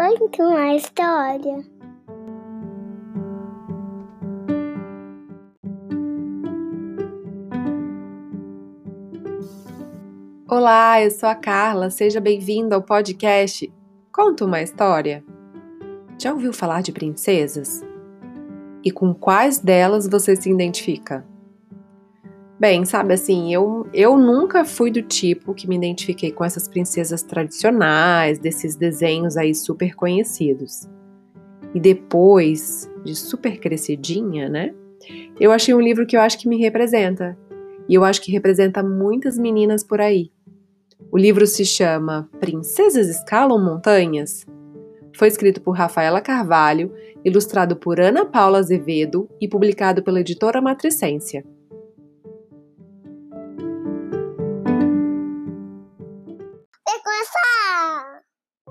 Conta uma história. Olá, eu sou a Carla, seja bem-vindo ao podcast Conta uma História. Já ouviu falar de princesas? E com quais delas você se identifica? Bem, sabe assim, eu nunca fui do tipo que me identifiquei com essas princesas tradicionais, desses desenhos aí super conhecidos. E depois de super crescidinha, né? Eu achei um livro que eu acho que me representa. E eu acho que representa muitas meninas por aí. O livro se chama Princesas Escalam Montanhas. Foi escrito por Rafaela Carvalho, ilustrado por Ana Paula Azevedo e publicado pela editora Matricência. Vai começar!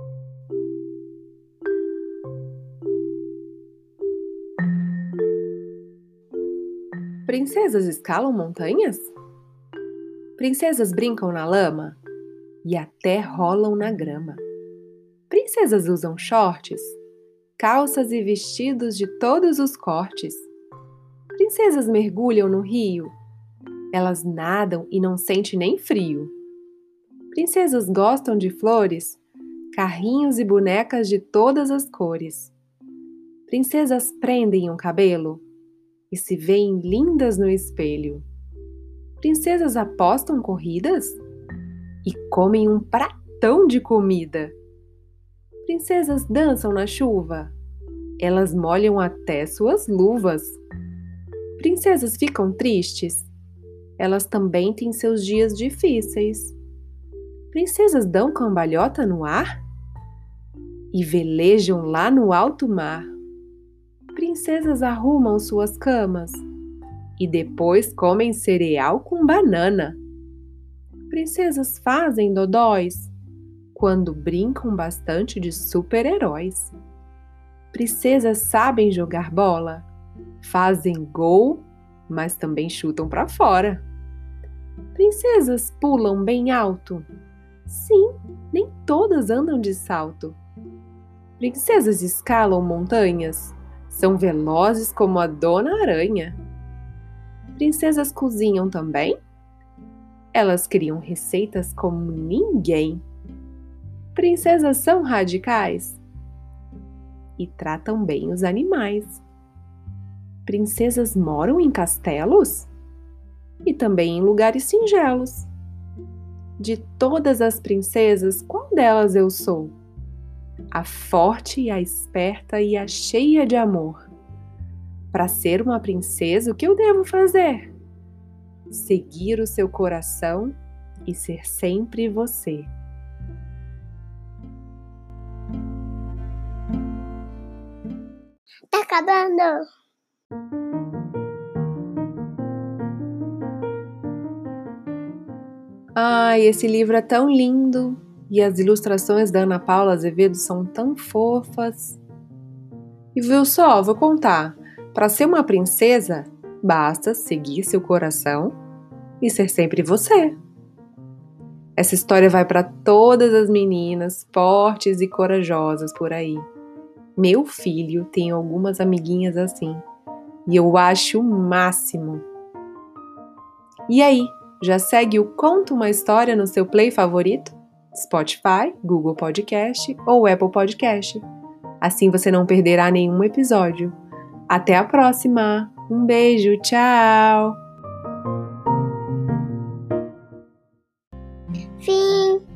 Princesas escalam montanhas? Princesas brincam na lama e até rolam na grama. Princesas usam shorts, calças e vestidos de todos os cortes. Princesas mergulham no rio. Elas nadam e não sentem nem frio. Princesas gostam de flores, carrinhos e bonecas de todas as cores. Princesas prendem um cabelo e se veem lindas no espelho. Princesas apostam corridas e comem um pratão de comida. Princesas dançam na chuva. Elas molham até suas luvas. Princesas ficam tristes. Elas também têm seus dias difíceis. Princesas dão cambalhota no ar e velejam lá no alto mar. Princesas arrumam suas camas e depois comem cereal com banana. Princesas fazem dodóis quando brincam bastante de super-heróis. Princesas sabem jogar bola, fazem gol, mas também chutam para fora. Princesas pulam bem alto. Sim, nem todas andam de salto. Princesas escalam montanhas. São velozes como a Dona Aranha. Princesas cozinham também? Elas criam receitas como ninguém. Princesas são radicais e tratam bem os animais. Princesas moram em castelos e também em lugares singelos. De todas as princesas, qual delas eu sou? A forte, a esperta e a cheia de amor. Para ser uma princesa, o que eu devo fazer? Seguir o seu coração e ser sempre você. Tá acabando! Ai, esse livro é tão lindo e as ilustrações da Ana Paula Azevedo são tão fofas. E viu só, vou contar. Para ser uma princesa, basta seguir seu coração e ser sempre você. Essa história vai para todas as meninas fortes e corajosas por aí. Meu filho tem algumas amiguinhas assim e eu acho o máximo. E aí, já segue o Conta uma História no seu play favorito? Spotify, Google Podcast ou Apple Podcast. Assim você não perderá nenhum episódio. Até a próxima! Um beijo, tchau! Fim!